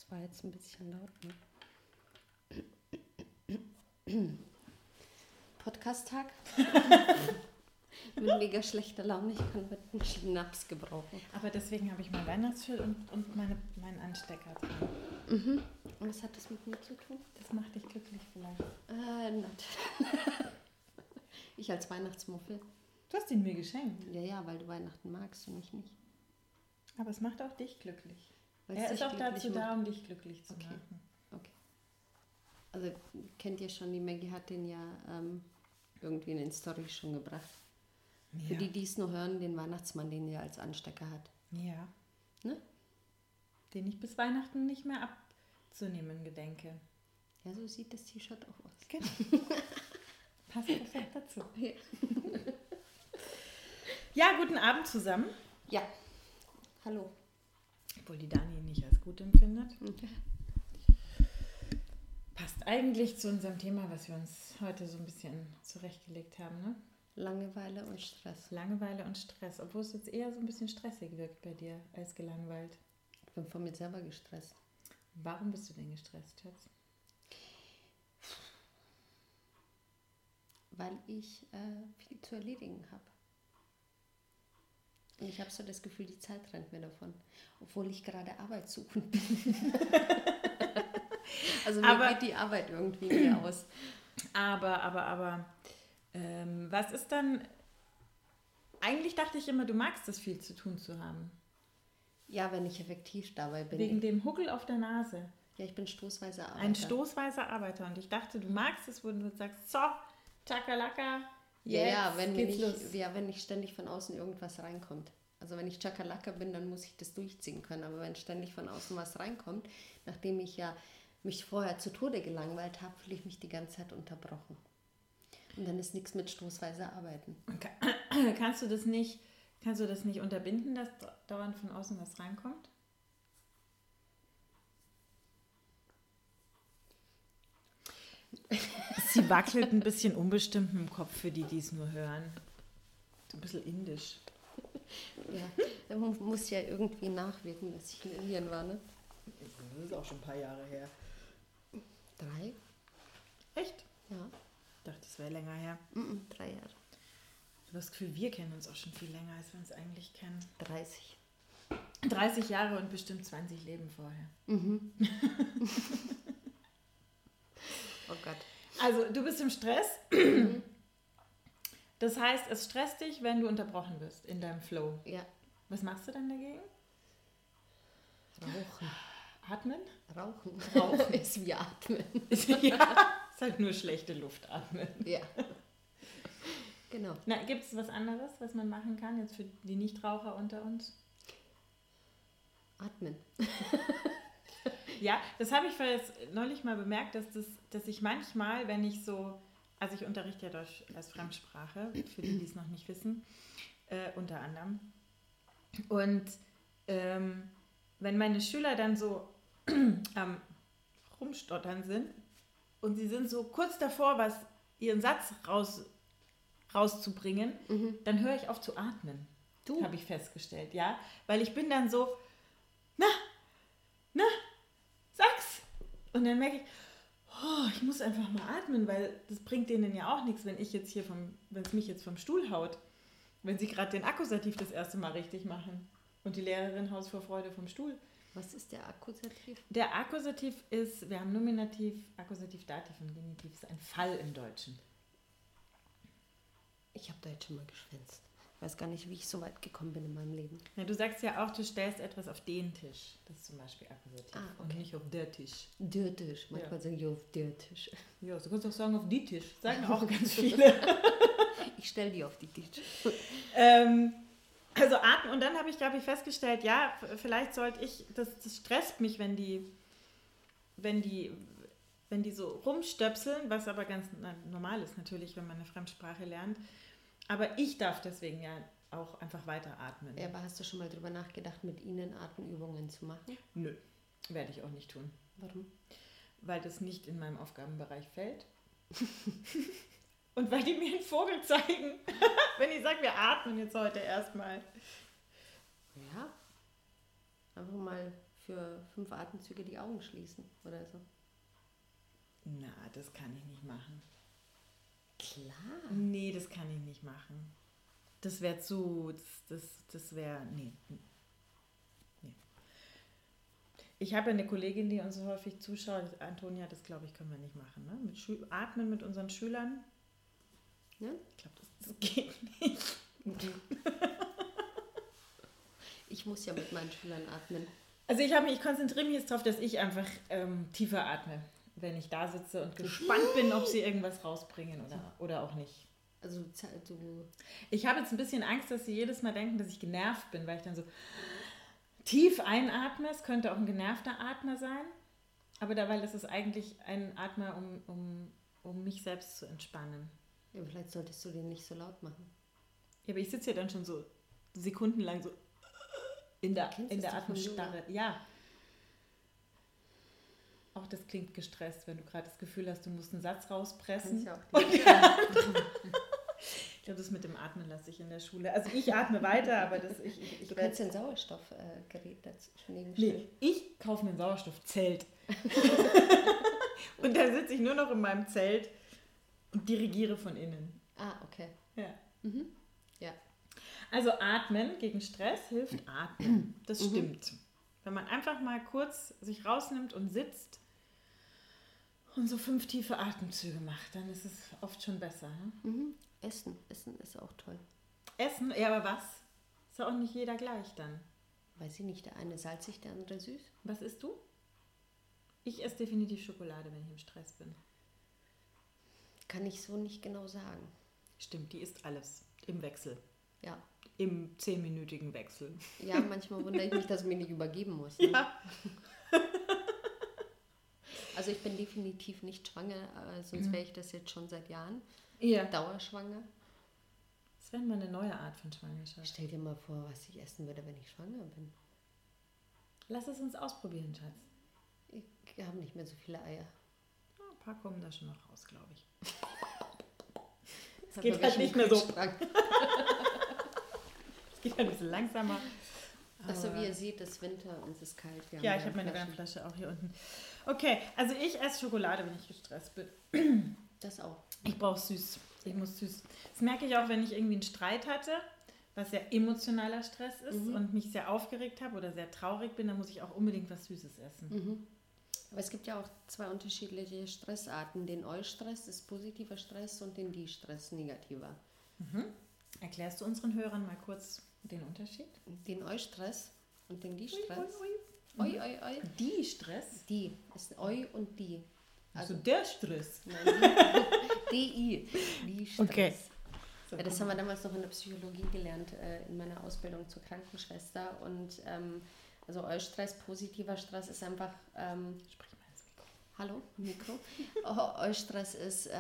Das war jetzt ein bisschen laut, ne? Podcast-Tag. Mit mega schlechter Laune. Ich kann mit einem Schnaps gebrauchen. Aber deswegen habe ich mein Weihnachtsschild und meinen Anstecker dran. Mhm. Und was hat das mit mir zu tun? Das macht dich glücklich vielleicht. Not. Ich als Weihnachtsmuffel. Du hast ihn mir geschenkt. Ja, weil du Weihnachten magst und ich nicht. Aber es macht auch dich glücklich. Weil's Er dich ist auch glücklich dazu da, macht. um dich glücklich zu Okay. machen. Okay. Also kennt ihr schon, die Maggie hat den ja irgendwie in den Storys schon gebracht. Für Ja. die es nur hören, den Weihnachtsmann, den ihr als Anstecker hat. Ja. Ne? Den ich bis Weihnachten nicht mehr abzunehmen gedenke. Ja, so sieht das T-Shirt auch aus. Genau. Passt perfekt dazu. Ja. Ja, guten Abend zusammen. Ja. Hallo. Obwohl die Dani ihn nicht als gut empfindet. Passt eigentlich zu unserem Thema, was wir uns heute so ein bisschen zurechtgelegt haben, ne? Langeweile und Stress. Langeweile und Stress, obwohl es jetzt eher so ein bisschen stressig wirkt bei dir als gelangweilt. Ich bin von mir selber gestresst. Warum bist du denn gestresst, Schatz? Weil ich viel zu erledigen habe. Und ich habe so das Gefühl, die Zeit rennt mir davon. Obwohl ich gerade arbeitssuchend bin. Also mir geht die Arbeit irgendwie nie aus. Aber, was ist dann... Eigentlich dachte ich immer, du magst es, viel zu tun zu haben. Ja, wenn ich effektiv dabei bin. Wegen dem Huckel auf der Nase. Ja, ich bin stoßweiser Arbeiter. Ein stoßweiser Arbeiter. Und ich dachte, du magst es, wo du sagst, so, Chakalaka, Ja, jetzt geht's los. wenn nicht ständig von außen irgendwas reinkommt. Also wenn ich Chakalaka bin, dann muss ich das durchziehen können. Aber wenn ständig von außen was reinkommt, nachdem ich ja mich vorher zu Tode gelangweilt habe, fühle ich mich die ganze Zeit unterbrochen. Und dann ist nichts mit stoßweiser Arbeiten. Kannst du das nicht unterbinden, dass dauernd von außen was reinkommt? Sie wackelt ein bisschen unbestimmt im Kopf für die, die es nur hören. So ein bisschen indisch. Ja, da muss ja irgendwie nachwirken, dass ich in Indien war, ne? Das ist auch schon ein paar Jahre her. 3? Echt? Ja. Ich dachte, das wäre länger her. 3 Jahre. Ich habe das Gefühl, wir kennen uns auch schon viel länger, als wir uns eigentlich kennen. 30. 30 Jahre und bestimmt 20 Leben vorher. Mhm. Oh Gott. Also, du bist im Stress. Das heißt, es stresst dich, wenn du unterbrochen wirst in deinem Flow. Ja. Was machst du dann dagegen? Rauchen. Atmen? Rauchen ist wie Atmen. Ja, ist halt nur schlechte Luft atmen. Ja. Genau. Na, gibt es was anderes, was man machen kann, jetzt für die Nichtraucher unter uns? Atmen. Ja, das habe ich jetzt neulich mal bemerkt, dass ich manchmal, wenn ich so, also ich unterrichte ja Deutsch als Fremdsprache, für die, die es noch nicht wissen, unter anderem. Und wenn meine Schüler dann so am Rumstottern sind und sie sind so kurz davor, ihren Satz rauszubringen, dann höre ich auf zu atmen. Du? Habe ich festgestellt, ja. Weil ich bin dann so, na, sag's. Und dann merke ich, ich muss einfach mal atmen, weil das bringt denen ja auch nichts, wenn es mich jetzt vom Stuhl haut. Wenn sie gerade den Akkusativ das erste Mal richtig machen. Und die Lehrerin haut vor Freude vom Stuhl. Was ist der Akkusativ? Der Akkusativ ist, wir haben Nominativ, Akkusativ, Dativ und Genitiv, ist ein Fall im Deutschen. Ich habe da jetzt schon mal geschwänzt. Ich weiß gar nicht, wie ich so weit gekommen bin in meinem Leben. Ja, du sagst ja auch, du stellst etwas auf den Tisch. Das ist zum Beispiel Akkusativ. Okay. Und nicht auf der Tisch. Der Tisch. Manchmal sagen die auf der Tisch. Ja, du kannst auch sagen auf die Tisch. Sagen auch ganz viele. Ich stelle die auf die Tisch. Also atmen. Und dann habe ich, glaube ich, festgestellt, ja, vielleicht sollte ich, das stresst mich, wenn die so rumstöpseln, was aber ganz normal ist natürlich, wenn man eine Fremdsprache lernt. Aber ich darf deswegen ja auch einfach weiter atmen. Ja, aber hast du schon mal drüber nachgedacht, mit ihnen Atemübungen zu machen? Nö, werde ich auch nicht tun. Warum? Weil das nicht in meinem Aufgabenbereich fällt. Und weil die mir einen Vogel zeigen, wenn ich sage, wir atmen jetzt heute erstmal. Ja. Einfach mal für 5 Atemzüge die Augen schließen oder so. Na, das kann ich nicht machen. Klar. Nee, das kann ich nicht machen. Das wäre das wäre, nee. Ich habe ja eine Kollegin, die uns so häufig zuschaut. Antonia, das glaube ich, können wir nicht machen. Ne? Atmen mit unseren Schülern. Ja? Ich glaube, das geht nicht. Ich muss ja mit meinen Schülern atmen. Also ich konzentriere mich jetzt darauf, dass ich einfach tiefer atme, wenn ich da sitze und gespannt bin, ob sie irgendwas rausbringen oder auch nicht. Also ich habe jetzt ein bisschen Angst, dass sie jedes Mal denken, dass ich genervt bin, weil ich dann so tief einatme. Es könnte auch ein genervter Atmer sein, aber weil das ist eigentlich ein Atmer, um mich selbst zu entspannen. Ja, vielleicht solltest du den nicht so laut machen. Ja, aber ich sitze ja dann schon so sekundenlang so in der Atemstarre. Ja. Auch das klingt gestresst, wenn du gerade das Gefühl hast, du musst einen Satz rauspressen. Ja auch ich glaube, das mit dem Atmen lasse ich in der Schule. Also ich atme weiter, aber du kannst ein Sauerstoffgerät dazu nebenstellen. Nee, ich kaufe mir ein Sauerstoffzelt. Und dann sitze ich nur noch in meinem Zelt und dirigiere von innen. Ah, okay. Ja. Mhm. Ja. Also atmen gegen Stress hilft atmen. Das stimmt. Wenn man einfach mal kurz sich rausnimmt und sitzt und so 5 tiefe Atemzüge macht, dann ist es oft schon besser. Ne? Mhm. Essen ist auch toll. Essen? Ja, aber was? Ist ja auch nicht jeder gleich dann. Weiß ich nicht, der eine salzig, der andere süß. Was isst du? Ich esse definitiv Schokolade, wenn ich im Stress bin. Kann ich so nicht genau sagen. Stimmt, die isst alles. Im Wechsel. Ja. Im 10-minütigen Wechsel. Ja, manchmal wundere ich mich, dass ich mich nicht übergeben muss. Ne? Ja. Also ich bin definitiv nicht schwanger, sonst wäre ich das jetzt schon seit Jahren. Ja. Dauerschwanger. Das wäre mal eine neue Art von Schwangerschaft. Stell dir mal vor, was ich essen würde, wenn ich schwanger bin. Lass es uns ausprobieren, Schatz. Ich habe nicht mehr so viele Eier. Ja, ein paar kommen da schon noch raus, glaube ich. Es geht halt nicht mehr so. Es geht halt ein bisschen langsamer. Also wie ihr seht, es ist Winter und es ist kalt. Ja, ich habe meine Wärmflasche auch hier unten. Okay, also ich esse Schokolade, wenn ich gestresst bin. Das auch. Ich brauche süß. Ich muss süß. Das merke ich auch, wenn ich irgendwie einen Streit hatte, was ja emotionaler Stress ist und mich sehr aufgeregt habe oder sehr traurig bin, dann muss ich auch unbedingt was Süßes essen. Mhm. Aber es gibt ja auch 2 unterschiedliche Stressarten. Den Eustress ist positiver Stress und den Die-Stress negativer. Mhm. Erklärst du unseren Hörern mal kurz den Unterschied? Den Eustress und den Die-Stress. Oi. Oi. Die-Stress? Die ist Eu und Die. Also der Stress. Nein, DI. Die-Stress. Okay. Ja, das haben wir damals noch in der Psychologie gelernt, in meiner Ausbildung zur Krankenschwester. Und also Eustress, positiver Stress ist einfach... Sprich mal ins Mikro. Hallo, Mikro. Eustress ist,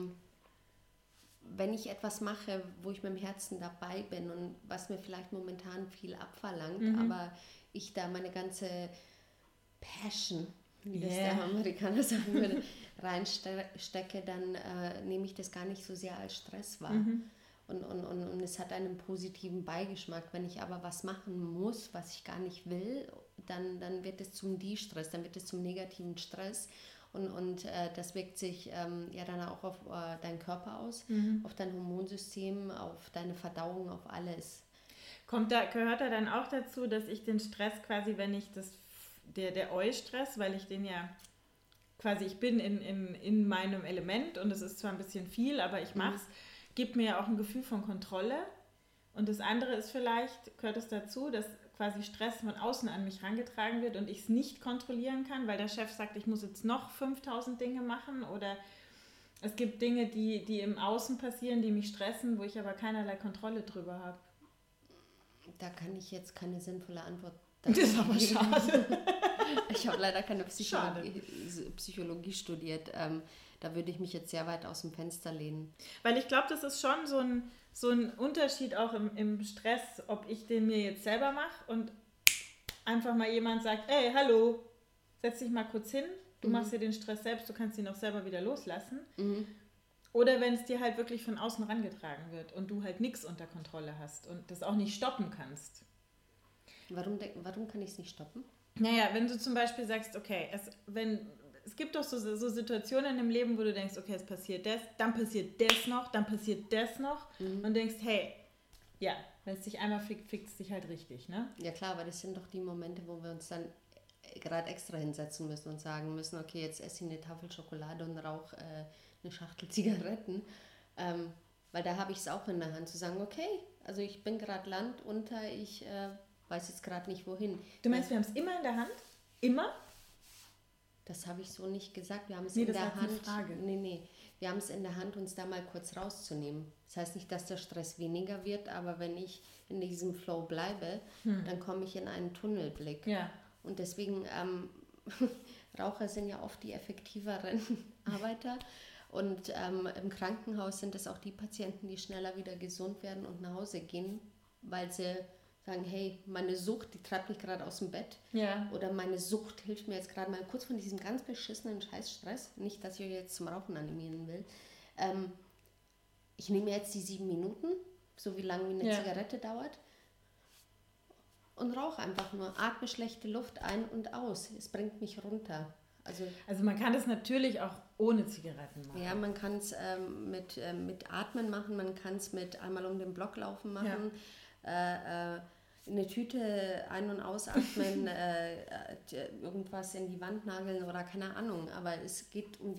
wenn ich etwas mache, wo ich mit dem Herzen dabei bin und was mir vielleicht momentan viel abverlangt, aber ich da meine ganze Passion, wie das der Amerikaner sagen würde, reinstecke, dann nehme ich das gar nicht so sehr als Stress wahr. Und es hat einen positiven Beigeschmack. Wenn ich aber was machen muss, was ich gar nicht will, dann wird es zum Die-Stress, dann wird es zum negativen Stress. Und das wirkt sich ja dann auch auf deinen Körper aus, auf dein Hormonsystem, auf deine Verdauung, auf alles. Gehört da dann auch dazu, dass ich den Stress quasi, wenn ich der Eu-Stress, weil ich den ja quasi, ich bin in meinem Element und es ist zwar ein bisschen viel, aber ich mache es, gibt mir ja auch ein Gefühl von Kontrolle. Und das andere ist vielleicht, gehört es dazu, dass quasi Stress von außen an mich herangetragen wird und ich es nicht kontrollieren kann, weil der Chef sagt, ich muss jetzt noch 5000 Dinge machen oder es gibt Dinge, die im Außen passieren, die mich stressen, wo ich aber keinerlei Kontrolle drüber habe. Da kann ich jetzt keine sinnvolle Antwort. Das ist aber schade. Ich habe leider keine Psychologie studiert. Da würde ich mich jetzt sehr weit aus dem Fenster lehnen. Weil ich glaube, das ist schon so ein Unterschied auch im Stress, ob ich den mir jetzt selber mache und einfach mal jemand sagt, ey, hallo, setz dich mal kurz hin, du machst dir den Stress selbst, du kannst ihn auch selber wieder loslassen. Oder wenn es dir halt wirklich von außen rangetragen wird und du halt nichts unter Kontrolle hast und das auch nicht stoppen kannst. Warum kann ich es nicht stoppen? Naja, wenn du zum Beispiel sagst, okay, es gibt doch so Situationen im Leben, wo du denkst, okay, es passiert das, dann passiert das noch, dann passiert das noch und denkst, hey, ja, wenn es dich einmal fickt, fickt es dich halt richtig, ne? Ja klar, aber das sind doch die Momente, wo wir uns dann gerade extra hinsetzen müssen und sagen müssen, okay, jetzt esse ich eine Tafel Schokolade und rauche eine Schachtel Zigaretten. Weil da habe ich es auch in der Hand, zu sagen, okay, also ich bin gerade Land unter, ich weiß jetzt gerade nicht wohin. Du meinst, wir haben es immer in der Hand? Immer? Das habe ich so nicht gesagt. Wir haben es Nee, in das der war Hand. eine Frage. Nee. Wir haben es in der Hand, uns da mal kurz rauszunehmen. Das heißt nicht, dass der Stress weniger wird, aber wenn ich in diesem Flow bleibe, dann komme ich in einen Tunnelblick. Ja. Und deswegen, Raucher sind ja oft die effektiveren Arbeiter. Und im Krankenhaus sind es auch die Patienten, die schneller wieder gesund werden und nach Hause gehen, weil sie sagen, hey, meine Sucht, die treibt mich gerade aus dem Bett. Ja. Oder meine Sucht hilft mir jetzt gerade mal kurz von diesem ganz beschissenen Scheißstress. Nicht, dass ich euch jetzt zum Rauchen animieren will. Ich nehme jetzt die 7 Minuten, so wie lange wie eine Zigarette dauert. Und rauche einfach nur. Atme schlechte Luft ein und aus. Es bringt mich runter. Also man kann das natürlich auch ohne Zigaretten machen. Ja, man kann es mit Atmen machen, man kann es mit einmal um den Block laufen machen. Ja. Eine Tüte ein- und ausatmen, irgendwas in die Wand nageln oder keine Ahnung. Aber es geht um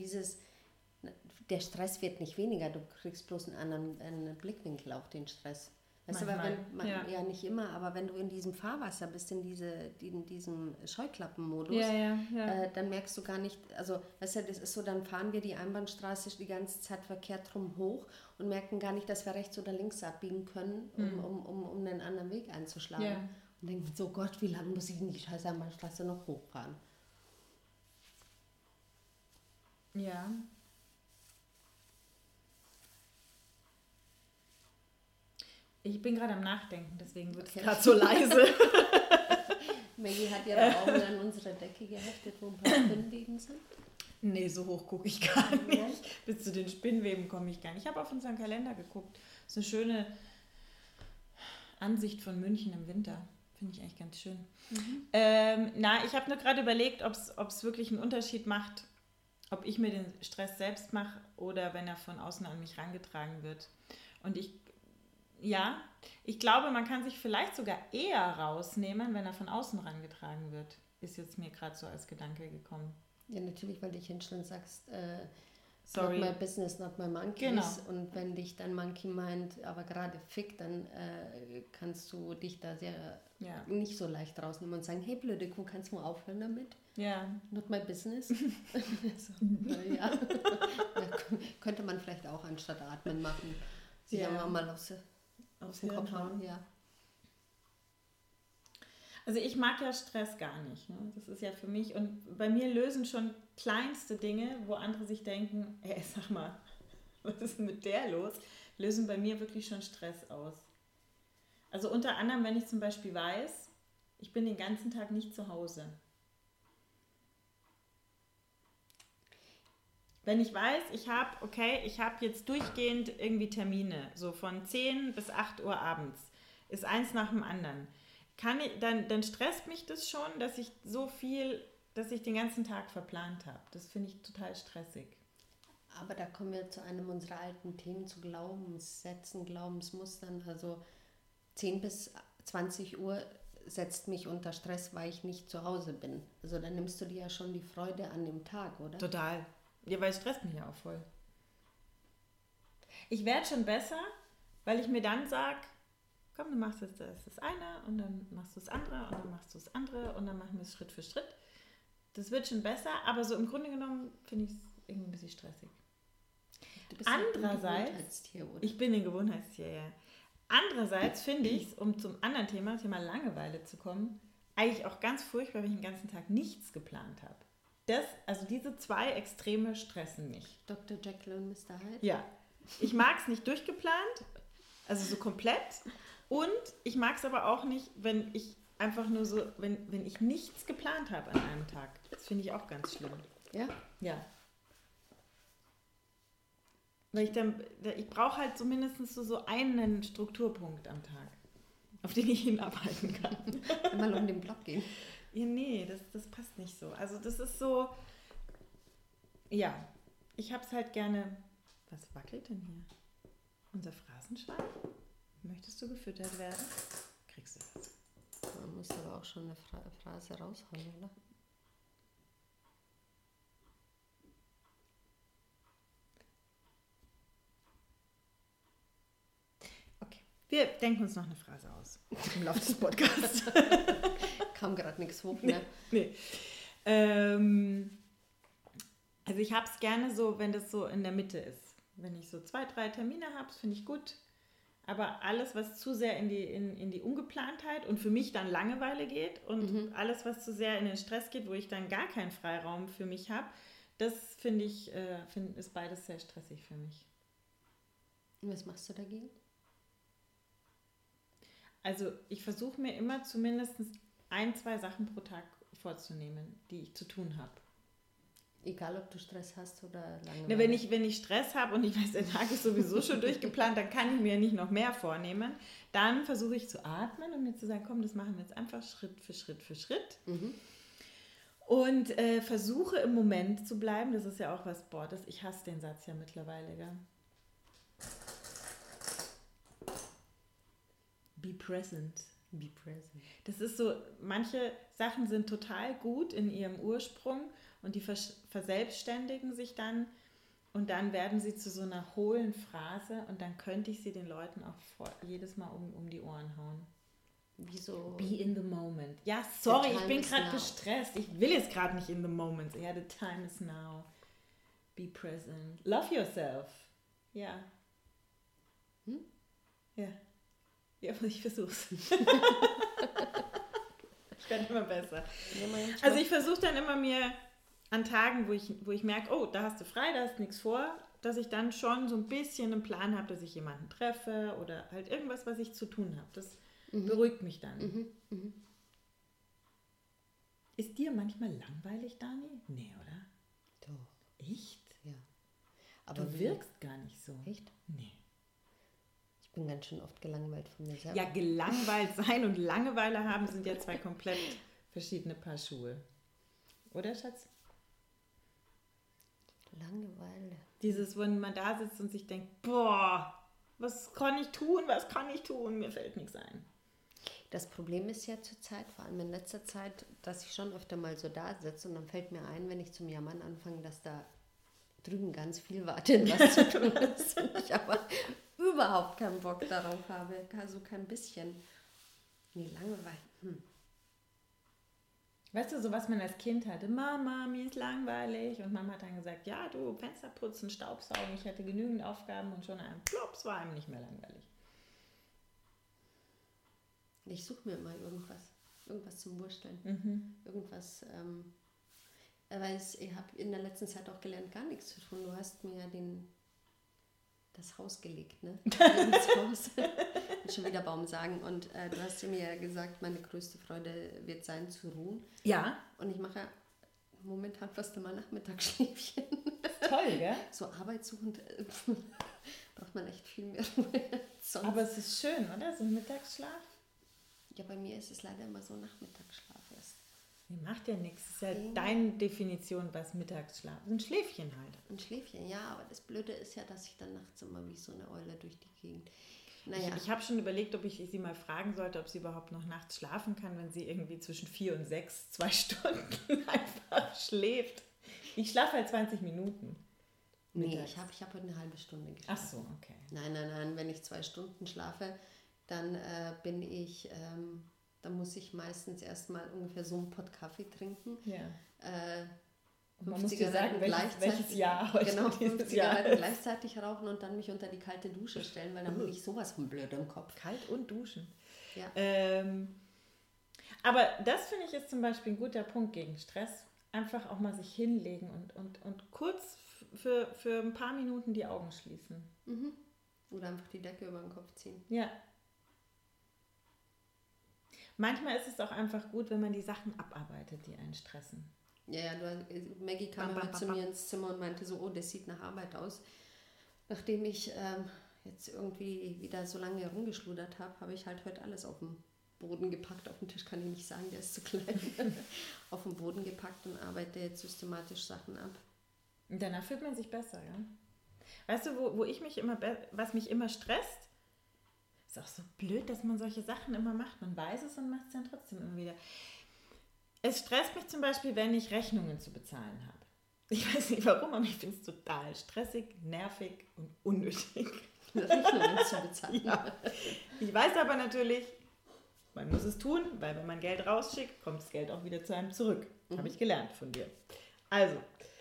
der Stress wird nicht weniger, du kriegst bloß einen anderen Blickwinkel auf den Stress. Weißt du, aber ja nicht immer, aber wenn du in diesem Fahrwasser bist, in diesem Scheuklappenmodus, dann merkst du gar nicht, also weißt du, das ist so, dann fahren wir die Einbahnstraße die ganze Zeit verkehrt drum hoch und merken gar nicht, dass wir rechts oder links abbiegen können, um einen anderen Weg einzuschlagen. Ja. Und denken, so Gott, wie lange muss ich in die scheiß Einbahnstraße noch hochfahren? Ja. Ich bin gerade am Nachdenken, deswegen wird es gerade so leise. Maggie hat ihre Augen an unsere Decke geheftet, wo ein paar Spinnweben sind. Nee, so hoch gucke ich gar nicht. Bis zu den Spinnweben komme ich gar nicht. Ich habe auf unseren Kalender geguckt. Das ist eine schöne Ansicht von München im Winter. Finde ich eigentlich ganz schön. Ich habe nur gerade überlegt, ob es wirklich einen Unterschied macht, ob ich mir den Stress selbst mache oder wenn er von außen an mich herangetragen wird. Und ich glaube, man kann sich vielleicht sogar eher rausnehmen, wenn er von außen herangetragen wird. Ist jetzt mir gerade so als Gedanke gekommen. Ja, natürlich, weil du dich hinstellst und sagst, sorry. Not my business, not my monkeys. Genau. Und wenn dich dein Monkey meint, aber gerade fickt, dann kannst du dich da sehr nicht so leicht rausnehmen und sagen, hey blöde Kuh, kannst du mal aufhören damit? Ja. Not my business. Könnte man vielleicht auch anstatt atmen machen. Sich einfach mal aus dem Kopf hauen. Ja. Also ich mag ja Stress gar nicht. Ne? Das ist ja für mich, und bei mir lösen schon kleinste Dinge, wo andere sich denken, ey, sag mal, was ist denn mit der los? Lösen bei mir wirklich schon Stress aus. Also unter anderem, wenn ich zum Beispiel weiß, ich bin den ganzen Tag nicht zu Hause. Wenn ich weiß, ich habe jetzt durchgehend irgendwie Termine, so von 10 bis 8 Uhr abends, ist eins nach dem anderen. Dann stresst mich das schon, dass ich den ganzen Tag verplant habe. Das finde ich total stressig. Aber da kommen wir zu einem unserer alten Themen, zu Glaubenssätzen, Glaubensmustern. Also 10 bis 20 Uhr setzt mich unter Stress, weil ich nicht zu Hause bin. Also dann nimmst du dir ja schon die Freude an dem Tag, oder? Total. Ja, weil es stresst mich ja auch voll. Ich werde schon besser, weil ich mir dann sage, komm, du machst jetzt das eine und dann machst du das andere und dann machst du das andere und dann machen wir es Schritt für Schritt. Das wird schon besser, aber so im Grunde genommen finde ich es irgendwie ein bisschen stressig. Du bist andererseits, ein Gewohnheitstier, oder? Ich bin ein Gewohnheitstier, ja. Andererseits finde ich es, um zum anderen Thema Langeweile zu kommen, eigentlich auch ganz furchtbar, wenn ich den ganzen Tag nichts geplant habe. Also diese zwei Extreme stressen mich. Dr. Jekyll und Mr. Hyde? Ja. Ich mag es nicht durchgeplant, also so komplett. Und ich mag es aber auch nicht, wenn ich einfach nur so, wenn ich nichts geplant habe an einem Tag. Das finde ich auch ganz schlimm. Ja? Ja. Weil ich brauche halt so mindestens so einen Strukturpunkt am Tag, auf den ich hinarbeiten kann. Mal um den Block gehen. Ja, nee, das passt nicht so. Also das ist so, ja, ich hab's halt gerne. Was wackelt denn hier? Unser Phrasenschwein? Möchtest du gefüttert werden? Kriegst du das. Man muss aber auch schon eine Phrase raushauen, oder? Okay, wir denken uns noch eine Phrase aus im Laufe des Podcasts. Kam gerade nichts hoch, ne? Nee. Also ich habe es gerne so, wenn das so in der Mitte ist. Wenn ich so 2, 3 Termine habe, finde ich gut. Aber alles, was zu sehr in die Ungeplantheit und für mich dann Langeweile geht und alles, was zu sehr in den Stress geht, wo ich dann gar keinen Freiraum für mich habe, das finde ich, ist beides sehr stressig für mich. Und was machst du dagegen? Also ich versuche mir immer zumindest 1, 2 Sachen pro Tag vorzunehmen, die ich zu tun habe. Egal, ob du Stress hast oder Langeweile. Na, wenn ich Stress habe und ich weiß, der Tag ist sowieso schon durchgeplant, dann kann ich mir nicht noch mehr vornehmen. Dann versuche ich zu atmen und mir zu sagen, komm, das machen wir jetzt einfach Schritt für Schritt für Schritt. Und versuche im Moment zu bleiben. Das ist ja auch was, ich hasse den Satz ja mittlerweile, gell? Be present. Be present. Das ist so, manche Sachen sind total gut in ihrem Ursprung und die verselbstständigen sich dann und dann werden sie zu so einer hohlen Phrase und dann könnte ich sie den Leuten auch jedes Mal um die Ohren hauen. Wieso? Be in the moment. Ja, sorry, ich bin gerade gestresst. Ich will jetzt gerade nicht in the moment. Ja, the time is now. Be present. Love yourself. Ja. Ja. Ja, ich versuch's. Ich werde immer besser. Also ich versuche dann immer mir an Tagen, wo ich merke, oh, da hast du frei, da hast nichts vor, dass ich dann schon so ein bisschen einen Plan habe, dass ich jemanden treffe oder halt irgendwas, was ich zu tun habe. Das beruhigt mich dann. Ist dir manchmal langweilig, Dani? Nee, oder? Doch. Echt? Ja. Aber du wirkst gar nicht so. Echt? Nee. Ich bin ganz schön oft gelangweilt von mir selber. Ja, gelangweilt sein und Langeweile haben sind ja 2 komplett verschiedene Paar Schuhe. Oder, Schatz? Langeweile. Dieses, wenn man da sitzt und sich denkt, boah, was kann ich tun, mir fällt nichts ein. Das Problem ist ja zur Zeit, vor allem in letzter Zeit, dass ich schon öfter mal so da sitze und dann fällt mir ein, wenn ich zum Jammern anfange, dass da drüben ganz viel wartet, was zu tun ist. Und ich aber überhaupt keinen Bock darauf habe, also kein bisschen. Nee, Langeweile. Weißt du, so was man als Kind hatte, Mama, mir ist langweilig. Und Mama hat dann gesagt, ja, du, Fenster putzen, Staubsaugen, ich hatte genügend Aufgaben und schon ein Plops war einem nicht mehr langweilig. Ich suche mir immer irgendwas zum Wursteln. Irgendwas, weil ich habe in der letzten Zeit auch gelernt, gar nichts zu tun. Du hast mir ja das Haus gelegt, ne? Das Haus. Ich will schon wieder Baum sagen. Und du hast mir ja gesagt, meine größte Freude wird sein, zu ruhen. Ja. Und ich mache momentan fast immer Nachmittagsschläfchen. Toll, gell? So arbeitssuchend braucht man echt viel mehr Ruhe. Sonst. Aber es ist schön, oder? So ein Mittagsschlaf. Ja, bei mir ist es leider immer so Nachmittagsschlaf erst. Nee, macht ja nichts. Das ist ja deine Definition, was Mittagsschlaf ist. Ein Schläfchen halt. Ein Schläfchen, ja, aber das Blöde ist ja, dass ich dann nachts immer wie so eine Eule durch die Gegend. Naja. Ich habe schon überlegt, ob ich sie mal fragen sollte, ob sie überhaupt noch nachts schlafen kann, wenn sie irgendwie zwischen 4 und 6 2 Stunden einfach schläft. Ich schlafe halt 20 Minuten. Nee, ich hab heute eine halbe Stunde geschlafen. Ach so, okay. Nein, wenn ich 2 Stunden schlafe, dann dann muss ich meistens erstmal ungefähr so einen Pott Kaffee trinken. Ja. Und man muss dir sagen, welches Jahr heute genau, 5 Zigaretten gleichzeitig rauchen und dann mich unter die kalte Dusche stellen, weil dann bin ich sowas von blöd im Kopf. Kalt und duschen. Ja. Aber das finde ich ist zum Beispiel ein guter Punkt gegen Stress. Einfach auch mal sich hinlegen und kurz für ein paar Minuten die Augen schließen. Oder einfach die Decke über den Kopf ziehen. Ja. Manchmal ist es auch einfach gut, wenn man die Sachen abarbeitet, die einen stressen. Ja, Maggie kam immer zu mir ins Zimmer und meinte so, oh, das sieht nach Arbeit aus. Nachdem ich jetzt irgendwie wieder so lange herumgeschludert habe, habe ich halt heute alles auf dem Boden gepackt. Auf den Tisch kann ich nicht sagen, der ist zu klein. Auf den Boden gepackt und arbeite jetzt systematisch Sachen ab. Und danach fühlt man sich besser, ja. Weißt du, wo ich mich was mich immer stresst? Ist auch so blöd, dass man solche Sachen immer macht. Man weiß es und macht es dann trotzdem immer wieder. Es stresst mich zum Beispiel, wenn ich Rechnungen zu bezahlen habe. Ich weiß nicht warum, aber ich finde es total stressig, nervig und unnötig. Rechnungen zu bezahlen. Ja. Ich weiß aber natürlich, man muss es tun, weil wenn man Geld rausschickt, kommt das Geld auch wieder zu einem zurück. Habe ich gelernt von dir. Also,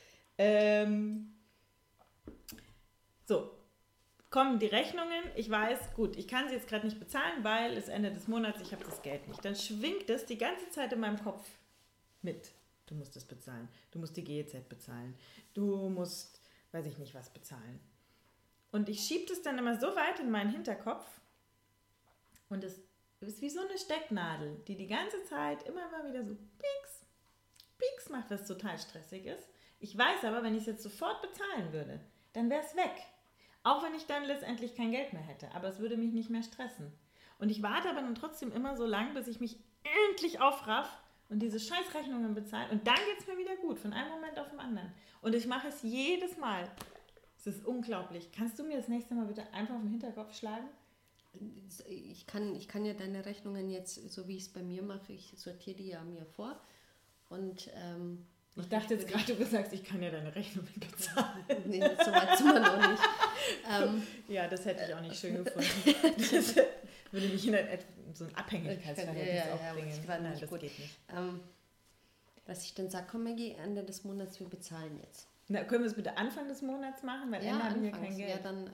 so, kommen die Rechnungen. Ich weiß, gut, ich kann sie jetzt gerade nicht bezahlen, weil es Ende des Monats, ich habe das Geld nicht. Dann schwingt es die ganze Zeit in meinem Kopf mit. Du musst es bezahlen. Du musst die GEZ bezahlen. Du musst, weiß ich nicht was, bezahlen. Und ich schiebe das dann immer so weit in meinen Hinterkopf und es ist wie so eine Stecknadel, die ganze Zeit immer mal wieder so pieks, pieks macht, was total stressig ist. Ich weiß aber, wenn ich es jetzt sofort bezahlen würde, dann wäre es weg. Auch wenn ich dann letztendlich kein Geld mehr hätte. Aber es würde mich nicht mehr stressen. Und ich warte aber dann trotzdem immer so lang, bis ich mich endlich aufraff und diese Scheißrechnungen bezahle. Und dann geht es mir wieder gut, von einem Moment auf den anderen. Und ich mache es jedes Mal. Es ist unglaublich. Kannst du mir das nächste Mal bitte einfach auf den Hinterkopf schlagen? Ich kann ja deine Rechnungen jetzt, so wie ich es bei mir mache, ich sortiere die ja mir vor. Und ich dachte jetzt gerade, du sagst, ich kann ja deine Rechnung bezahlen. Nee, so weit sind wir noch nicht. Ja, das hätte ich auch nicht schön gefunden. Das würde mich in so ein Abhängigkeitsverhältnis bringen. Nein, das geht nicht. Dass ich dann sage, komm Maggie, Ende des Monats, wir bezahlen jetzt. Na, können wir es bitte Anfang des Monats machen? Weil Ende haben wir kein Geld. Ja, dann,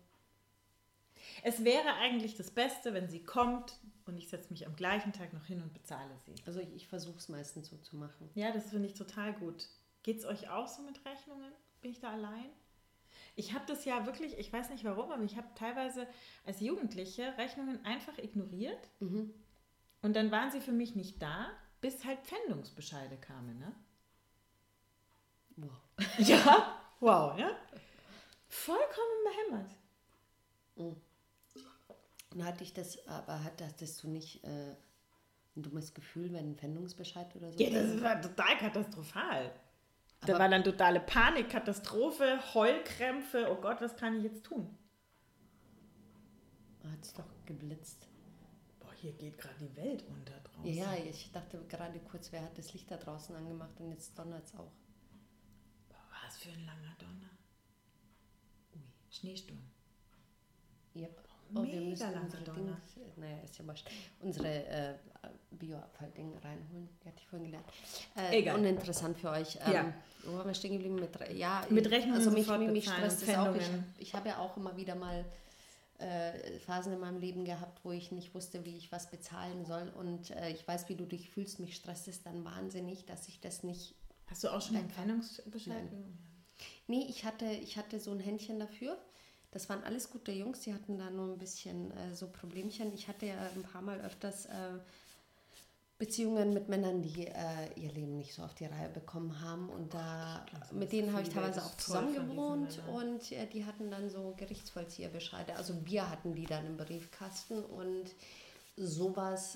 es wäre eigentlich das Beste, wenn sie kommt und ich setze mich am gleichen Tag noch hin und bezahle sie. Also ich versuche es meistens so zu machen. Ja, das finde ich total gut. Geht es euch auch so mit Rechnungen? Bin ich da allein? Ich habe das ja wirklich, ich weiß nicht warum, aber ich habe teilweise als Jugendliche Rechnungen einfach ignoriert. Mhm. Und dann waren sie für mich nicht da, bis halt Pfändungsbescheide kamen, ne? Wow. Ja, wow, ja? Vollkommen behämmert. Mhm. Und hattest du nicht ein dummes Gefühl, wenn ein Pfändungsbescheid oder so? Ja, das war total katastrophal. Da war dann totale Panik, Katastrophe, Heulkrämpfe. Oh Gott, was kann ich jetzt tun? Hat es doch geblitzt. Boah, hier geht gerade die Welt unter draußen. Ja, ich dachte gerade kurz, wer hat das Licht da draußen angemacht und jetzt donnert es auch. Boah, was für ein langer Donner. Ui. Schneesturm. Yep. Wir müssen unsere Dinge, ist ja wurscht, unsere Bioabfalldinge reinholen. Die hatte ich vorhin gelernt. Egal. Uninteressant für euch. Wo waren wir stehen geblieben? Mit Rechnungen also mich bezahlen, stresst das auch. Ich habe ja auch immer wieder mal Phasen in meinem Leben gehabt, wo ich nicht wusste, wie ich was bezahlen soll. Und ich weiß, wie du dich fühlst. Mich stresst es dann wahnsinnig, dass ich das nicht... Hast du auch schon einen Pfändungsbescheid? Nee, ich hatte so ein Händchen dafür. Das waren alles gute Jungs, die hatten da nur ein bisschen so Problemchen. Ich hatte ja ein paar Mal öfters Beziehungen mit Männern, die ihr Leben nicht so auf die Reihe bekommen haben. Und mit denen habe ich teilweise auch zusammen gewohnt. Und die hatten dann so Gerichtsvollzieherbescheide. Also wir hatten die dann im Briefkasten und sowas.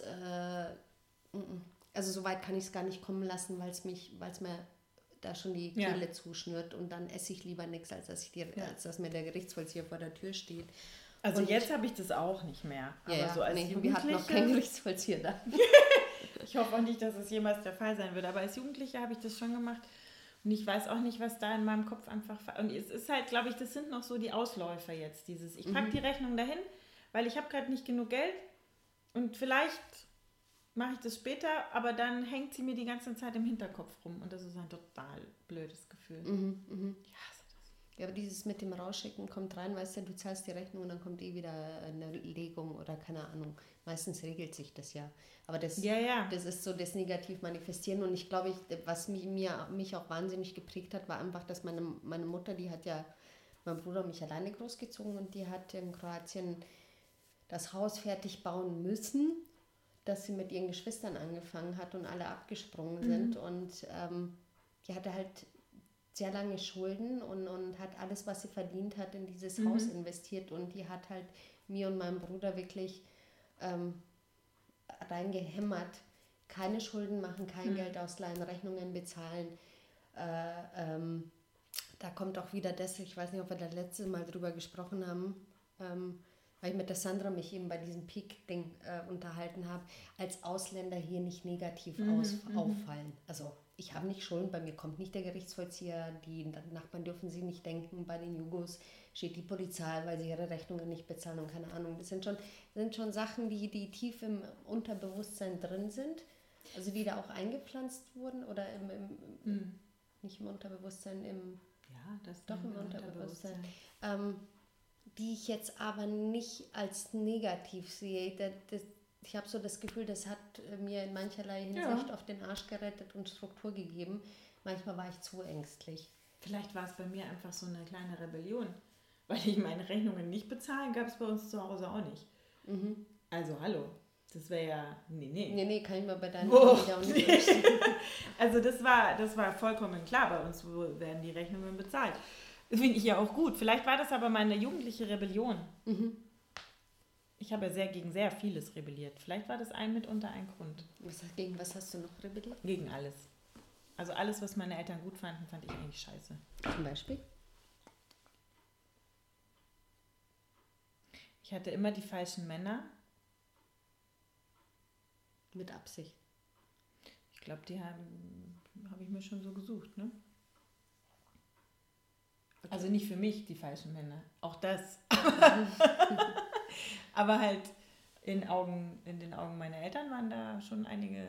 Also so weit kann ich es gar nicht kommen lassen, weil es mir da schon die Kehle zuschnürt und dann esse ich lieber nichts, als dass mir der Gerichtsvollzieher vor der Tür steht. Also und jetzt habe ich das auch nicht mehr. Aber so als Jugendliche... Wir hatten noch keinen Gerichtsvollzieher da. Ich hoffe auch nicht, dass es jemals der Fall sein wird. Aber als Jugendliche habe ich das schon gemacht und ich weiß auch nicht, was da in meinem Kopf einfach... Und es ist halt, glaube ich, das sind noch so die Ausläufer jetzt. Ich packe die Rechnung dahin, weil ich habe gerade nicht genug Geld und vielleicht... mache ich das später, aber dann hängt sie mir die ganze Zeit im Hinterkopf rum und das ist ein total blödes Gefühl. Ich hasse das. Ja, aber dieses mit dem Rausschicken kommt rein, weißt du, du zahlst die Rechnung und dann kommt wieder eine Legung oder keine Ahnung. Meistens regelt sich das ja. Aber das ist so das Negativ-Manifestieren und ich glaube, was mich auch wahnsinnig geprägt hat, war einfach, dass meine Mutter, die hat ja mein Bruder und mich alleine großgezogen und die hat in Kroatien das Haus fertig bauen müssen, dass sie mit ihren Geschwistern angefangen hat und alle abgesprungen sind. Und die hatte halt sehr lange Schulden und hat alles, was sie verdient hat, in dieses Haus investiert. Und die hat halt mir und meinem Bruder wirklich reingehämmert, keine Schulden machen, kein Geld ausleihen, Rechnungen bezahlen. Da kommt auch wieder das, ich weiß nicht, ob wir das letzte Mal drüber gesprochen haben, weil ich mit der Sandra mich eben bei diesem Peak-Ding unterhalten habe, als Ausländer hier nicht negativ auffallen. Also ich habe nicht Schulden, bei mir kommt nicht der Gerichtsvollzieher, die Nachbarn dürfen sie nicht denken, bei den Jugos steht die Polizei, weil sie ihre Rechnungen nicht bezahlen und keine Ahnung. Das sind schon Sachen, die tief im Unterbewusstsein drin sind, also die da auch eingepflanzt wurden oder nicht im Unterbewusstsein, im Unterbewusstsein. Die ich jetzt aber nicht als negativ sehe. Ich habe so das Gefühl, das hat mir in mancherlei Hinsicht auf den Arsch gerettet und Struktur gegeben. Manchmal war ich zu ängstlich. Vielleicht war es bei mir einfach so eine kleine Rebellion. Weil ich meine Rechnungen nicht bezahlen, gab es bei uns zu Hause auch nicht. Also hallo, das wäre ja... Nee, kann ich mir bei deinen Familie auch nicht vorstellen. Also das war vollkommen klar, bei uns werden die Rechnungen bezahlt. Das finde ich ja auch gut. Vielleicht war das aber meine jugendliche Rebellion. Ich habe ja gegen sehr vieles rebelliert. Vielleicht war das mitunter ein Grund. Gegen was hast du noch rebelliert? Gegen alles. Also alles, was meine Eltern gut fanden, fand ich eigentlich scheiße. Zum Beispiel? Ich hatte immer die falschen Männer. Mit Absicht. Ich glaube, die habe ich mir schon so gesucht, ne? Okay. Also nicht für mich die falschen Männer. Auch das. Aber halt in den Augen meiner Eltern waren da schon einige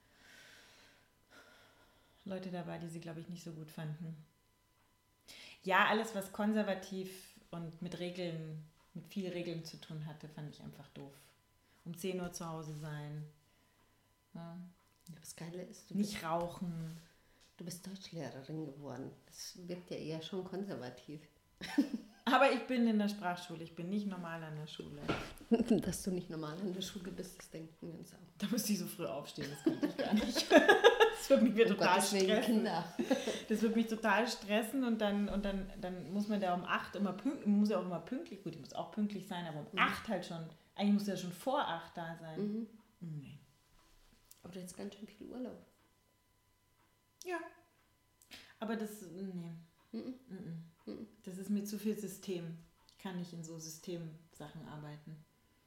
Leute dabei, die sie, glaube ich, nicht so gut fanden. Ja, alles, was konservativ und mit viel Regeln zu tun hatte, fand ich einfach doof. Um 10 Uhr zu Hause sein. Ja. Das Geile ist, nicht rauchen. Du bist Deutschlehrerin geworden. Das wirkt ja eher schon konservativ. Aber ich bin in der Sprachschule, ich bin nicht normal an der Schule. Dass du nicht normal an der Schule bist, das denken wir uns auch. Da müsste ich so früh aufstehen, das könnte ich gar nicht. Das wird mich total stressen. Kinder. Das wird mich total stressen und dann muss man da um 8 immer pünktlich, gut, ich muss auch pünktlich sein, aber um 8 halt schon, eigentlich muss ja schon vor 8 da sein. Nee. Aber du hast ganz schön viel Urlaub. Ja. Aber das, das ist mir zu viel System. Ich kann nicht in so Systemsachen arbeiten.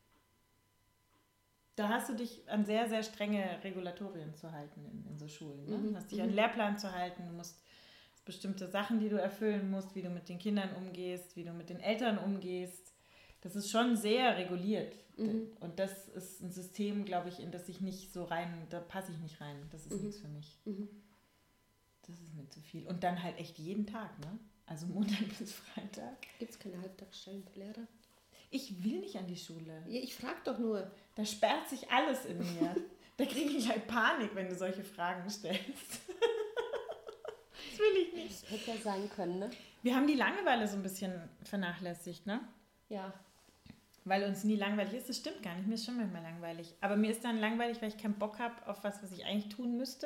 Da hast du dich an sehr, sehr strenge Regulatorien zu halten in so Schulen. Ne? Du hast dich an den Lehrplan zu halten, du musst bestimmte Sachen, die du erfüllen musst, wie du mit den Kindern umgehst, wie du mit den Eltern umgehst. Das ist schon sehr reguliert. Und das ist ein System, glaube ich, in das ich nicht so rein, da passe ich nicht rein. Das ist nichts für mich. Das ist mir zu viel. Und dann halt echt jeden Tag, ne? Also Montag bis Freitag. Gibt es keine Halbtagsstellen für Lehrer? Ich will nicht an die Schule. Ja, ich frage doch nur. Da sperrt sich alles in mir. Da kriege ich halt Panik, wenn du solche Fragen stellst. Das will ich nicht. Das hätte ja sein können, ne? Wir haben die Langeweile so ein bisschen vernachlässigt, ne? Ja. Weil uns nie langweilig ist. Das stimmt gar nicht. Mir ist schon manchmal langweilig. Aber mir ist dann langweilig, weil ich keinen Bock habe auf was ich eigentlich tun müsste.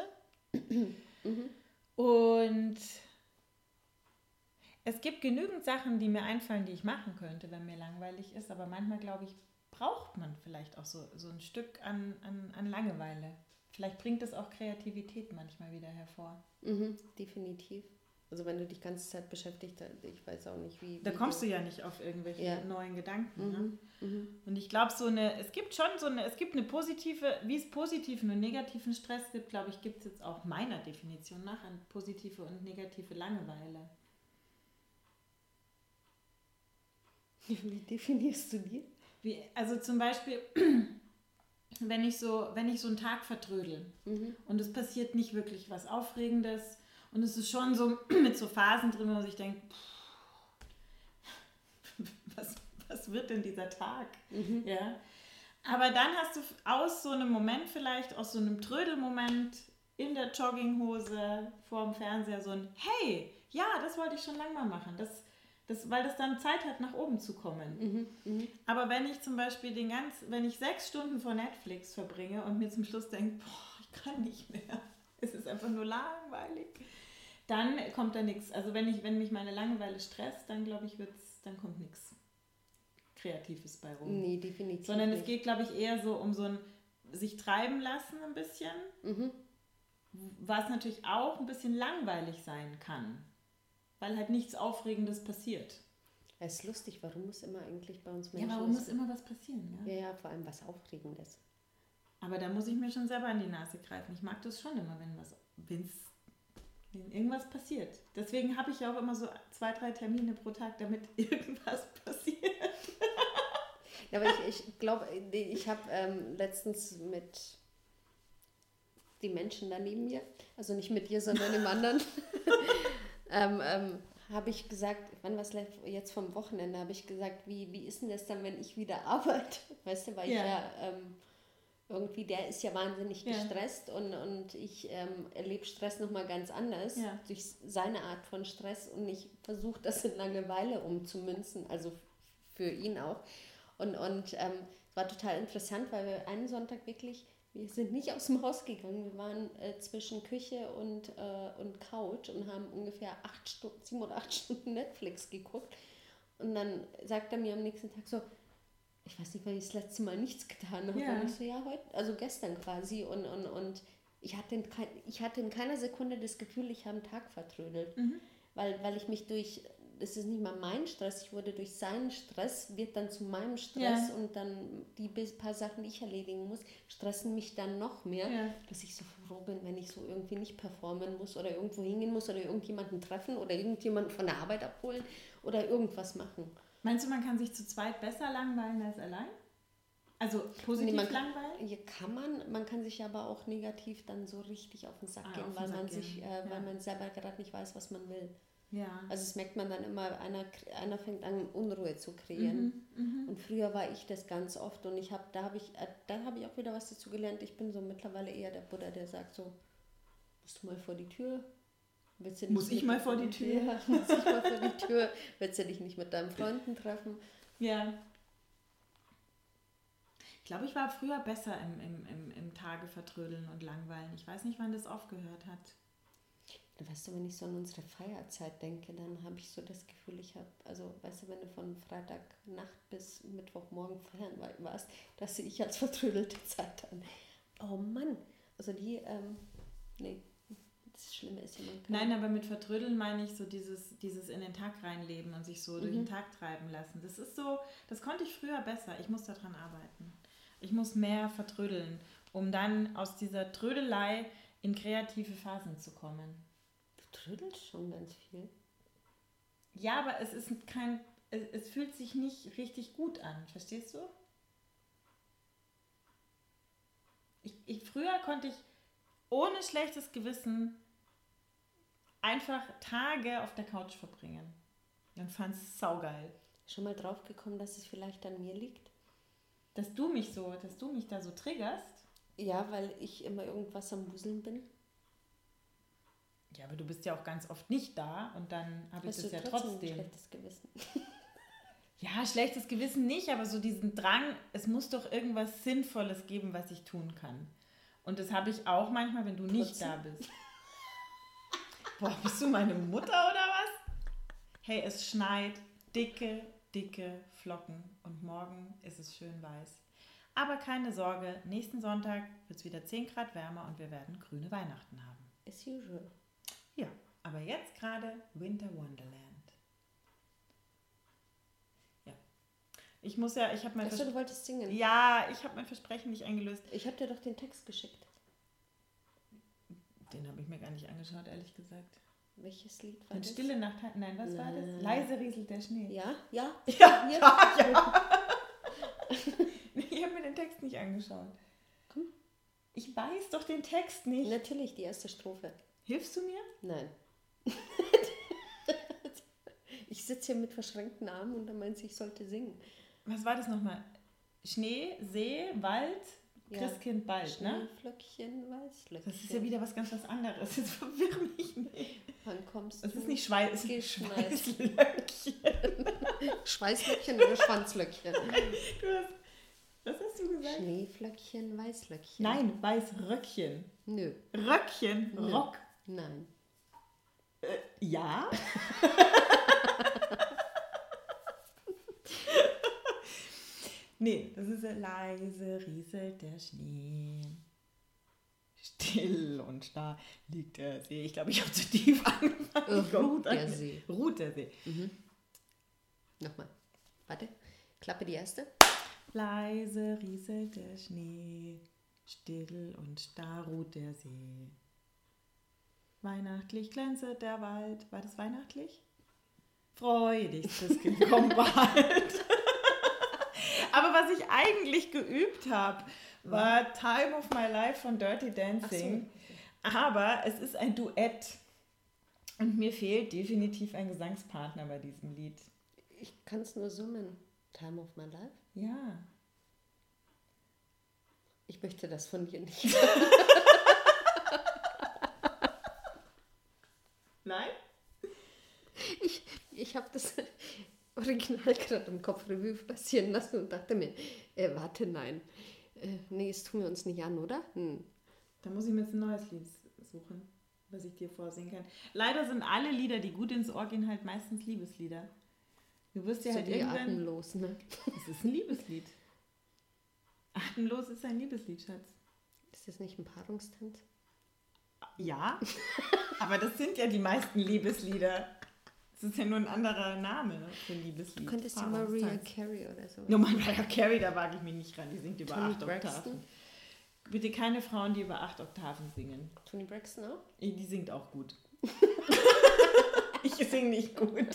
Und es gibt genügend Sachen, die mir einfallen, die ich machen könnte, wenn mir langweilig ist. Aber manchmal, glaube ich, braucht man vielleicht auch so ein Stück an Langeweile. Vielleicht bringt es auch Kreativität manchmal wieder hervor. Definitiv. Also wenn du dich die ganze Zeit beschäftigt, ich weiß auch nicht, wie... Da kommst du ja nicht auf irgendwelche neuen Gedanken. Ne? Und ich glaube, es gibt eine positive, wie es positiven und negativen Stress gibt, glaube ich, gibt es jetzt auch meiner Definition nach eine positive und negative Langeweile. Wie definierst du die? Also zum Beispiel, wenn ich so einen Tag vertrödel und es passiert nicht wirklich was Aufregendes und es ist schon so mit so Phasen drin, wo ich denke, was wird denn dieser Tag? Ja? Aber dann hast du aus so einem Moment vielleicht, aus so einem Trödelmoment in der Jogginghose vor dem Fernseher so ein hey, ja, das wollte ich schon lange mal machen, weil das dann Zeit hat, nach oben zu kommen. Aber wenn ich zum Beispiel wenn ich 6 Stunden vor Netflix verbringe und mir zum Schluss denke, ich kann nicht mehr, es ist einfach nur langweilig, dann kommt da nichts. Also wenn mich meine Langeweile stresst, dann glaube ich, dann kommt nichts Kreatives bei rum. Nee, definitiv Sondern nicht. Es geht, glaube ich, eher so um so ein sich treiben lassen ein bisschen, was natürlich auch ein bisschen langweilig sein kann, weil halt nichts Aufregendes passiert. Es ist lustig, warum muss immer eigentlich bei uns Menschen... Ja, warum muss immer was passieren? Ja? Ja, vor allem was Aufregendes. Aber da muss ich mir schon selber an die Nase greifen. Ich mag das schon immer, wenn irgendwas passiert. Deswegen habe ich ja auch immer so 2-3 Termine pro Tag, damit irgendwas passiert. Ja, aber ich glaube, ich habe letztens mit die Menschen da neben mir, also nicht mit dir, sondern dem anderen, habe ich gesagt, wann war es jetzt vom Wochenende, habe ich gesagt, wie ist denn das dann, wenn ich wieder arbeite? Weißt du, weil ich ja irgendwie, der ist ja wahnsinnig gestresst und ich erlebe Stress nochmal ganz anders durch seine Art von Stress und ich versuche das in Langeweile umzumünzen, also für ihn auch. Und war total interessant, weil wir einen Sonntag wirklich, wir sind nicht aus dem Haus gegangen, wir waren zwischen Küche und Couch und haben ungefähr 7 oder 8 Stunden Netflix geguckt und dann sagt er mir am nächsten Tag so, ich weiß nicht, weil ich das letzte Mal nichts getan habe. Und ich so, ja, heute, also gestern quasi. Und ich hatte in keiner Sekunde das Gefühl, ich habe einen Tag vertrödelt. Weil ich mich das ist nicht mal mein Stress, ich wurde durch seinen Stress, wird dann zu meinem Stress und dann die paar Sachen, die ich erledigen muss, stressen mich dann noch mehr, dass ich so froh bin, wenn ich so irgendwie nicht performen muss oder irgendwo hingehen muss oder irgendjemanden treffen oder irgendjemanden von der Arbeit abholen oder irgendwas machen. Meinst du, man kann sich zu zweit besser langweilen als allein? Also positiv langweilen? Ja, man kann sich aber auch negativ dann so richtig auf den Sack gehen, weil man selber gerade nicht weiß, was man will. Ja. Also das merkt man dann immer, einer fängt an, Unruhe zu kreieren. Und früher war ich das ganz oft und da habe ich auch wieder was dazu gelernt. Ich bin so mittlerweile eher der Buddha, der sagt so, musst du mal vor die Tür? Muss ich mal vor die Tür? Ja, muss ich mal vor die Tür? Willst du dich nicht mit deinen Freunden treffen? Ja. Ich glaube, ich war früher besser im Tage vertrödeln und langweilen. Ich weiß nicht, wann das aufgehört hat. Weißt du, wenn ich so an unsere Feierzeit denke, dann habe ich so das Gefühl, weißt du, wenn du von Freitagnacht bis Mittwochmorgen feiern warst, dass ich als vertrödelte Zeit an. Oh Mann, also nee. Das Schlimme ist ja, Nein, aber mit Vertrödeln meine ich so dieses in den Tag reinleben und sich so durch den Tag treiben lassen. Das ist so, das konnte ich früher besser. Ich muss daran arbeiten. Ich muss mehr vertrödeln, um dann aus dieser Trödelei in kreative Phasen zu kommen. Du trödelst schon ganz viel. Ja, aber es fühlt sich nicht richtig gut an. Verstehst du? Früher konnte ich ohne schlechtes Gewissen einfach Tage auf der Couch verbringen. Und fand es saugeil. Schon mal drauf gekommen, dass es vielleicht an mir liegt? Dass du mich da so triggerst? Ja, weil ich immer irgendwas am Wuseln bin. Ja, aber du bist ja auch ganz oft nicht da und dann habe ich das ja trotzdem. Schlechtes Gewissen. Ja, schlechtes Gewissen nicht, aber so diesen Drang, es muss doch irgendwas Sinnvolles geben, was ich tun kann. Und das habe ich auch manchmal, wenn du nicht da bist. Boah, bist du meine Mutter oder was? Hey, es schneit dicke Flocken und morgen ist es schön weiß. Aber keine Sorge, nächsten Sonntag wird es wieder 10 Grad wärmer und wir werden grüne Weihnachten haben. As usual. Ja, aber jetzt gerade Winter Wonderland. Ja. Ich habe mein du wolltest singen? Ja, ich habe mein Versprechen nicht eingelöst. Ich habe dir doch den Text geschickt. Den habe ich mir gar nicht angeschaut, ehrlich gesagt. Welches Lied war das? Stille Nacht, nein, was war das? Leise rieselt der Schnee. Ja. Ja. Ich habe mir den Text nicht angeschaut. Komm. Ich weiß doch den Text nicht. Natürlich, die erste Strophe. Hilfst du mir? Nein. Ich sitze hier mit verschränkten Armen und dann meint sie, ich sollte singen. Was war das nochmal? Schnee, See, Wald, Christkind bald, ne? Schneeflöckchen, Weißlöckchen. Das ist ja wieder was ganz was anderes. Jetzt verwirr mich nicht. Wann kommst das du? ist nicht Schweißlöckchen. Schweißlöckchen oder Schwanzlöckchen? Was hast du gesagt? Schneeflöckchen, Weißlöckchen. Nein, Weißröckchen. Nö. Röckchen, Nö. Rock. Nein. Ja? Nee, das ist leise rieselt der Schnee. Still und starr liegt der See. Ich glaube, ich habe zu tief angefangen. Ruht der See. Ruht der See. Nochmal. Warte. Klappe die erste. Leise rieselt der Schnee. Still und starr ruht der See. Weihnachtlich glänzet der Wald. War das weihnachtlich? Freue dich, Christkind, komm bald. Aber was ich eigentlich geübt habe, war Time of My Life von Dirty Dancing. Ach so. Aber es ist ein Duett. Und mir fehlt definitiv ein Gesangspartner bei diesem Lied. Ich kann es nur summen. Time of My Life? Ja. Ich möchte das von dir nicht. Nein? Ich habe das Original gerade im Kopf Revue passieren lassen und dachte mir, warte, nein. Nee, das tun wir uns nicht an, oder? Da muss ich mir jetzt ein neues Lied suchen, was ich dir vorsingen kann. Leider sind alle Lieder, die gut ins Ohr gehen, halt meistens Liebeslieder. Du wirst ja so halt die irgendwann... Atemlos, ne? Es ist ein Liebeslied. Atemlos ist ein Liebeslied, Schatz. Ist das nicht ein Paarungstanz? Ja, aber das sind ja die meisten Liebeslieder. Das ist ja nur ein anderer Name für ein Liebeslied. Du könntest ja Mariah Carey oder so. No, Mariah Carey, da wage ich mich nicht ran. Die singt über Toni 8 Braxton? Oktaven. Bitte keine Frauen, die über 8 Oktaven singen. Toni Braxton auch? Die singt auch gut. Ich singe nicht gut.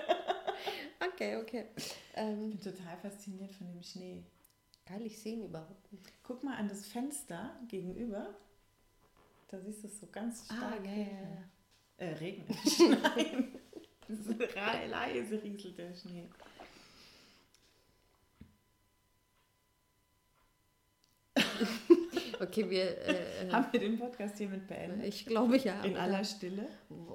Okay. Ich bin total fasziniert von dem Schnee. Geil, ich sehe ihn überhaupt nicht. Guck mal an das Fenster gegenüber. Da siehst du es so ganz stark. Ja. Regen. Nein. Leise rieselt der Schnee. Okay, wir... Haben wir den Podcast hiermit beendet? Ich glaube ja. In aller Stille?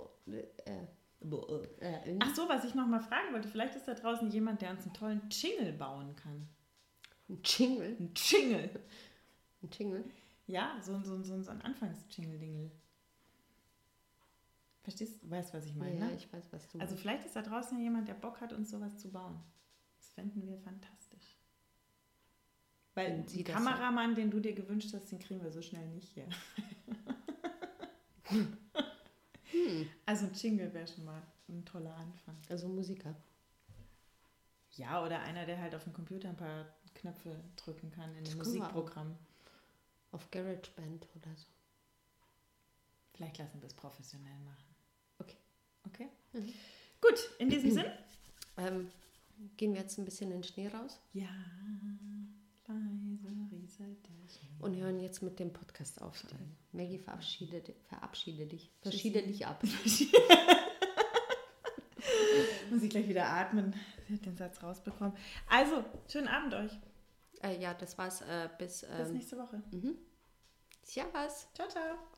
Ach so, was ich noch mal fragen wollte. Vielleicht ist da draußen jemand, der uns einen tollen Jingle bauen kann. Ein Jingle? Ein Jingle? Ein Jingle? Ja, so ein Anfangs-Jingle-Dingel. Verstehst du? Weißt, was ich meine? Ja, ne? ich weiß, was du Also meinst. vielleicht ist da draußen jemand, der Bock hat, uns sowas zu bauen. Das fänden wir fantastisch. Weil Wenn Sie den das Kameramann, den du dir gewünscht hast, den kriegen wir so schnell nicht hier. Also ein Jingle wäre schon mal ein toller Anfang. Also Musiker. Ja, oder einer, der halt auf dem Computer ein paar Knöpfe drücken kann in Das einem können wir Musikprogramm. Auf GarageBand oder so. Vielleicht lassen wir es professionell machen. Okay? Mhm. Gut, in diesem Sinn. Gehen wir jetzt ein bisschen in den Schnee raus? Ja, leise rieselt der Schnee. Und hören jetzt mit dem Podcast auf. Maggie, verabschiede dich. Tschüssi. Verschiede dich ab. Muss ich gleich wieder atmen. Sie hat den Satz rausbekommen. Also, schönen Abend euch. Ja, das war's. Bis Bis nächste Woche. Servus. Ciao, ciao.